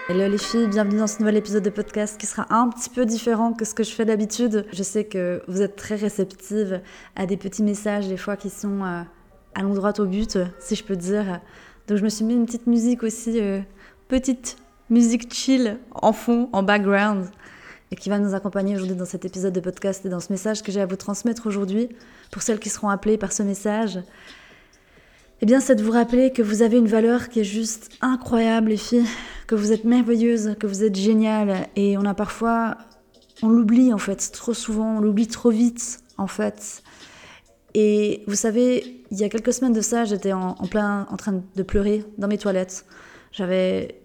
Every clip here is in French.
Hello les filles, bienvenue dans ce nouvel épisode de podcast qui sera un petit peu différent que ce que je fais d'habitude. Je sais que vous êtes très réceptives à des petits messages des fois qui sont allons droit au but, si je peux dire. Donc je me suis mis une petite musique aussi, petite musique chill en fond, en background, et qui va nous accompagner aujourd'hui dans cet épisode de podcast et dans ce message que j'ai à vous transmettre aujourd'hui. Pour celles qui seront appelées par ce message, eh bien, c'est de vous rappeler que vous avez une valeur qui est juste incroyable, les filles, que vous êtes merveilleuses, que vous êtes géniales. Et on l'oublie en fait, trop souvent, on l'oublie trop vite en fait. Et vous savez, il y a quelques semaines de ça, j'étais en train de pleurer dans mes toilettes. J'avais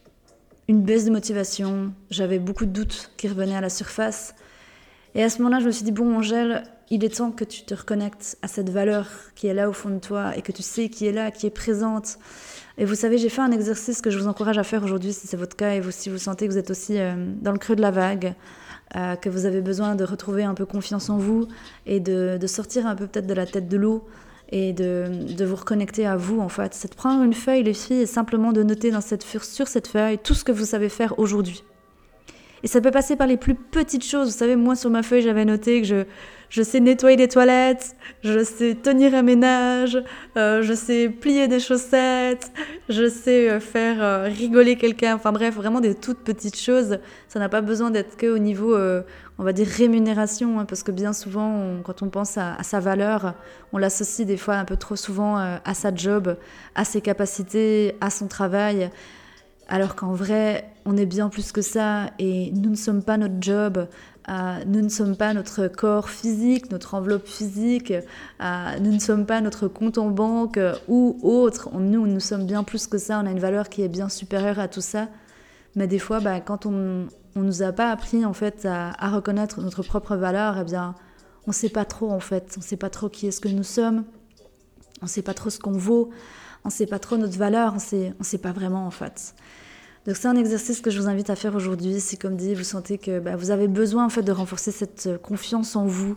une baisse de motivation, j'avais beaucoup de doutes qui revenaient à la surface. Et à ce moment-là, je me suis dit, bon Angèle, il est temps que tu te reconnectes à cette valeur qui est là au fond de toi et que tu sais qui est là, qui est présente. Et vous savez, j'ai fait un exercice que je vous encourage à faire aujourd'hui si c'est votre cas et si vous sentez que vous êtes aussi dans le creux de la vague, que vous avez besoin de retrouver un peu confiance en vous et de sortir un peu peut-être de la tête de l'eau et de vous reconnecter à vous en fait. C'est de prendre une feuille, les filles, et simplement de noter sur cette feuille tout ce que vous savez faire aujourd'hui. Et ça peut passer par les plus petites choses. Vous savez, moi, sur ma feuille, j'avais noté que je sais nettoyer les toilettes, je sais tenir un ménage, je sais plier des chaussettes, je sais faire rigoler quelqu'un. Enfin bref, vraiment des toutes petites choses. Ça n'a pas besoin d'être qu'au niveau, on va dire, rémunération, hein, parce que bien souvent, quand on pense à sa valeur, on l'associe des fois un peu trop souvent à sa job, à ses capacités, à son travail. Alors qu'en vrai, on est bien plus que ça et nous ne sommes pas notre job, nous ne sommes pas notre corps physique, notre enveloppe physique, nous ne sommes pas notre compte en banque ou autre. Nous sommes bien plus que ça, on a une valeur qui est bien supérieure à tout ça. Mais des fois, quand on nous a pas appris en fait à reconnaître notre propre valeur, eh bien, on ne sait pas trop en fait, on ne sait pas trop qui est-ce que nous sommes, on ne sait pas trop ce qu'on vaut, on ne sait pas trop notre valeur, on sait pas vraiment en fait. Donc c'est un exercice que je vous invite à faire aujourd'hui. Si comme dit, vous sentez que vous avez besoin en fait de renforcer cette confiance en vous.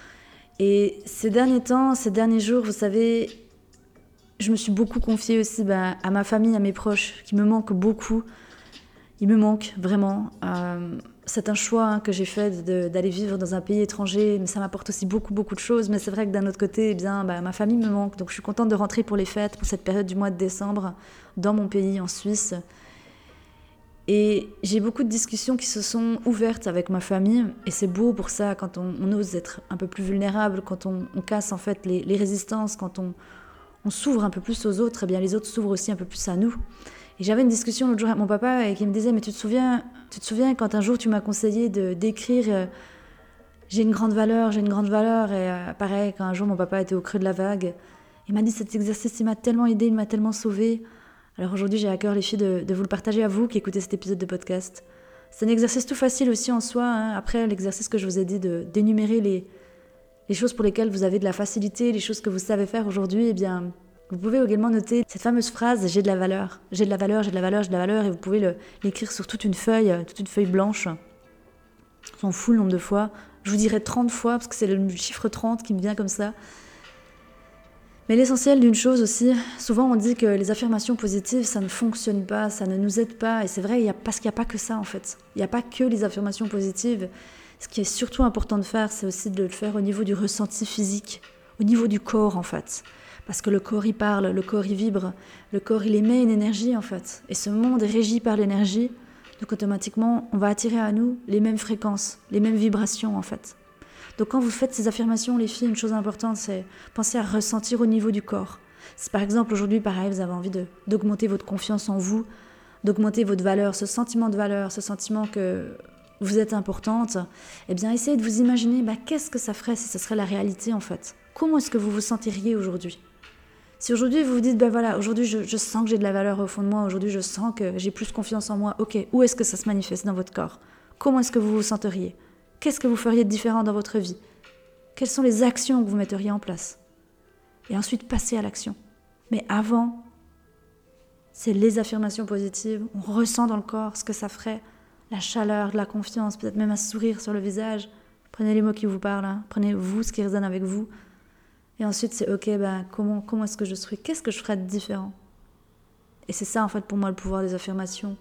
Et ces derniers temps, ces derniers jours, vous savez, je me suis beaucoup confiée aussi à ma famille, à mes proches, qui me manquent beaucoup. Ils me manquent vraiment. C'est un choix que j'ai fait d'aller vivre dans un pays étranger, mais ça m'apporte aussi beaucoup de choses. Mais c'est vrai que d'un autre côté, ma famille me manque. Donc je suis contente de rentrer pour les fêtes, pour cette période du mois de décembre, dans mon pays, en Suisse. Et j'ai beaucoup de discussions qui se sont ouvertes avec ma famille, et c'est beau pour ça, quand on ose être un peu plus vulnérable, quand on casse en fait les résistances, quand on s'ouvre un peu plus aux autres, et bien les autres s'ouvrent aussi un peu plus à nous. Et j'avais une discussion l'autre jour avec mon papa et qui me disait, mais tu te souviens quand un jour tu m'as conseillé d'écrire j'ai une grande valeur, et pareil, quand un jour mon papa était au creux de la vague, il m'a dit cet exercice, il m'a tellement aidé, il m'a tellement sauvée. Alors aujourd'hui, j'ai à cœur les filles de vous le partager à vous qui écoutez cet épisode de podcast. C'est un exercice tout facile aussi en soi. Hein. Après l'exercice que je vous ai dit d'énumérer les choses pour lesquelles vous avez de la facilité, les choses que vous savez faire aujourd'hui, eh bien, vous pouvez également noter cette fameuse phrase « j'ai de la valeur ». J'ai de la valeur, j'ai de la valeur, j'ai de la valeur. Et vous pouvez l'écrire sur toute une feuille blanche. On s'en fout le nombre de fois. Je vous dirais 30 fois parce que c'est le chiffre 30 qui me vient comme ça. Mais l'essentiel d'une chose aussi, souvent on dit que les affirmations positives, ça ne fonctionne pas, ça ne nous aide pas. Et c'est vrai, parce qu'il n'y a pas que ça en fait. Il n'y a pas que les affirmations positives. Ce qui est surtout important de faire, c'est aussi de le faire au niveau du ressenti physique, au niveau du corps en fait. Parce que le corps il parle, le corps il vibre, le corps il émet une énergie en fait. Et ce monde est régi par l'énergie, donc automatiquement on va attirer à nous les mêmes fréquences, les mêmes vibrations en fait. Donc quand vous faites ces affirmations, les filles, une chose importante, c'est penser à ressentir au niveau du corps. Si par exemple aujourd'hui, pareil, vous avez envie d'augmenter votre confiance en vous, d'augmenter votre valeur, ce sentiment de valeur, ce sentiment que vous êtes importante, eh bien essayez de vous imaginer qu'est-ce que ça ferait si ce serait la réalité en fait. Comment est-ce que vous vous sentiriez aujourd'hui ? Si aujourd'hui vous vous dites, aujourd'hui je sens que j'ai de la valeur au fond de moi, aujourd'hui je sens que j'ai plus confiance en moi, ok, où est-ce que ça se manifeste dans votre corps ? Comment est-ce que vous vous senteriez ? Qu'est-ce que vous feriez de différent dans votre vie ? Quelles sont les actions que vous metteriez en place ? Et ensuite, passez à l'action. Mais avant, c'est les affirmations positives. On ressent dans le corps ce que ça ferait, la chaleur, de la confiance, peut-être même un sourire sur le visage. Prenez les mots qui vous parlent, hein. Prenez vous, ce qui résonne avec vous. Et ensuite, c'est ok, comment est-ce que je serais ? Qu'est-ce que je ferais de différent ? Et c'est ça, en fait, pour moi, le pouvoir des affirmations.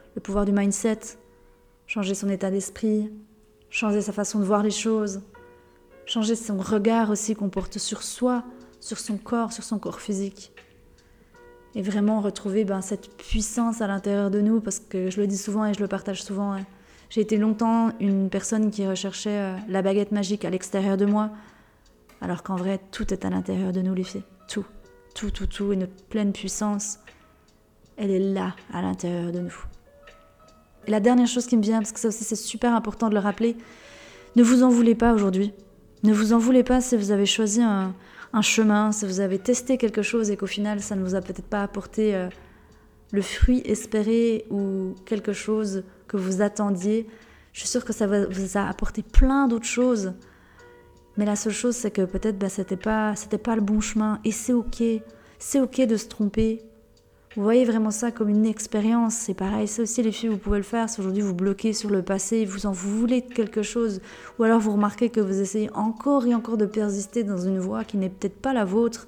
le pouvoir du mindset, changer son état d'esprit, changer sa façon de voir les choses, changer son regard aussi qu'on porte sur soi, sur son corps physique. Et vraiment retrouver cette puissance à l'intérieur de nous, parce que je le dis souvent et je le partage souvent. J'ai été longtemps une personne qui recherchait la baguette magique à l'extérieur de moi, alors qu'en vrai, tout est à l'intérieur de nous, les filles. Tout, et notre pleine puissance, elle est là, à l'intérieur de nous. Et la dernière chose qui me vient, parce que ça aussi c'est super important de le rappeler, ne vous en voulez pas aujourd'hui. Ne vous en voulez pas si vous avez choisi un chemin, si vous avez testé quelque chose et qu'au final ça ne vous a peut-être pas apporté le fruit espéré ou quelque chose que vous attendiez. Je suis sûre que ça vous a apporté plein d'autres choses. Mais la seule chose, c'est que peut-être c'était pas le bon chemin. Et c'est ok de se tromper. Vous voyez vraiment ça comme une expérience. C'est pareil, ça aussi les filles, vous pouvez le faire. Si aujourd'hui vous bloquez sur le passé, vous en voulez de quelque chose, ou alors vous remarquez que vous essayez encore et encore de persister dans une voie qui n'est peut-être pas la vôtre,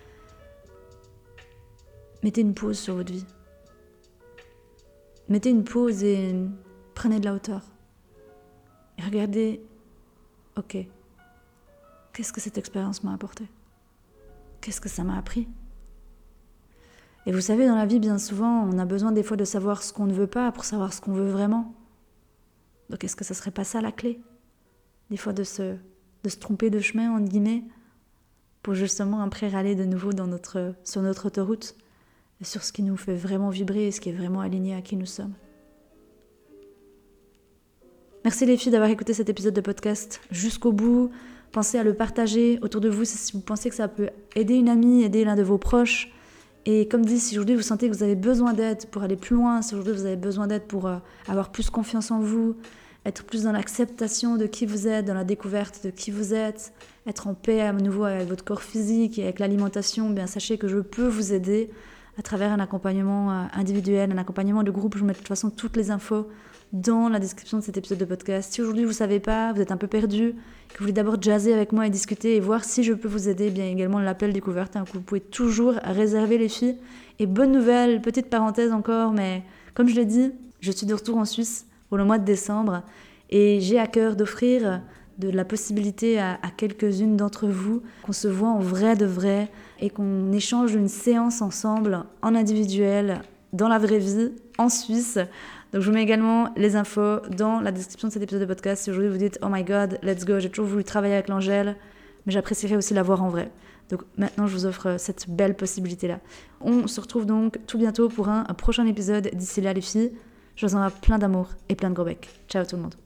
mettez une pause sur votre vie. Mettez une pause et prenez de la hauteur. Et regardez, ok, qu'est-ce que cette expérience m'a apporté ? Qu'est-ce que ça m'a appris ? Et vous savez, dans la vie, bien souvent, on a besoin des fois de savoir ce qu'on ne veut pas pour savoir ce qu'on veut vraiment. Donc est-ce que ça serait pas ça la clé ? Des fois de se tromper de chemin, entre guillemets, pour justement après râler de nouveau sur notre autoroute, et sur ce qui nous fait vraiment vibrer et ce qui est vraiment aligné à qui nous sommes. Merci les filles d'avoir écouté cet épisode de podcast jusqu'au bout. Pensez à le partager autour de vous si vous pensez que ça peut aider une amie, aider l'un de vos proches. Et comme dit, si aujourd'hui vous sentez que vous avez besoin d'aide pour aller plus loin, si aujourd'hui vous avez besoin d'aide pour avoir plus confiance en vous, être plus dans l'acceptation de qui vous êtes, dans la découverte de qui vous êtes, être en paix à nouveau avec votre corps physique et avec l'alimentation, bien sachez que je peux vous aider à travers un accompagnement individuel, un accompagnement de groupe. Je vous mets de toute façon toutes les infos dans la description de cet épisode de podcast. Si aujourd'hui vous ne savez pas, vous êtes un peu perdu, que vous voulez d'abord jazzer avec moi et discuter et voir si je peux vous aider, bien également l'appel découverte que vous pouvez toujours réserver les filles. Et bonne nouvelle, petite parenthèse encore, mais comme je l'ai dit, je suis de retour en Suisse pour le mois de décembre et j'ai à cœur d'offrir de la possibilité à quelques-unes d'entre vous qu'on se voit en vrai de vrai et qu'on échange une séance ensemble en individuel, dans la vraie vie, en Suisse. Donc je vous mets également les infos dans la description de cet épisode de podcast. Si aujourd'hui vous dites « Oh my God, let's go, j'ai toujours voulu travailler avec l'Angèle, mais j'apprécierais aussi la voir en vrai ». Donc maintenant je vous offre cette belle possibilité-là. On se retrouve donc tout bientôt pour un prochain épisode. D'ici là les filles, je vous envoie plein d'amour et plein de gros becs. Ciao tout le monde.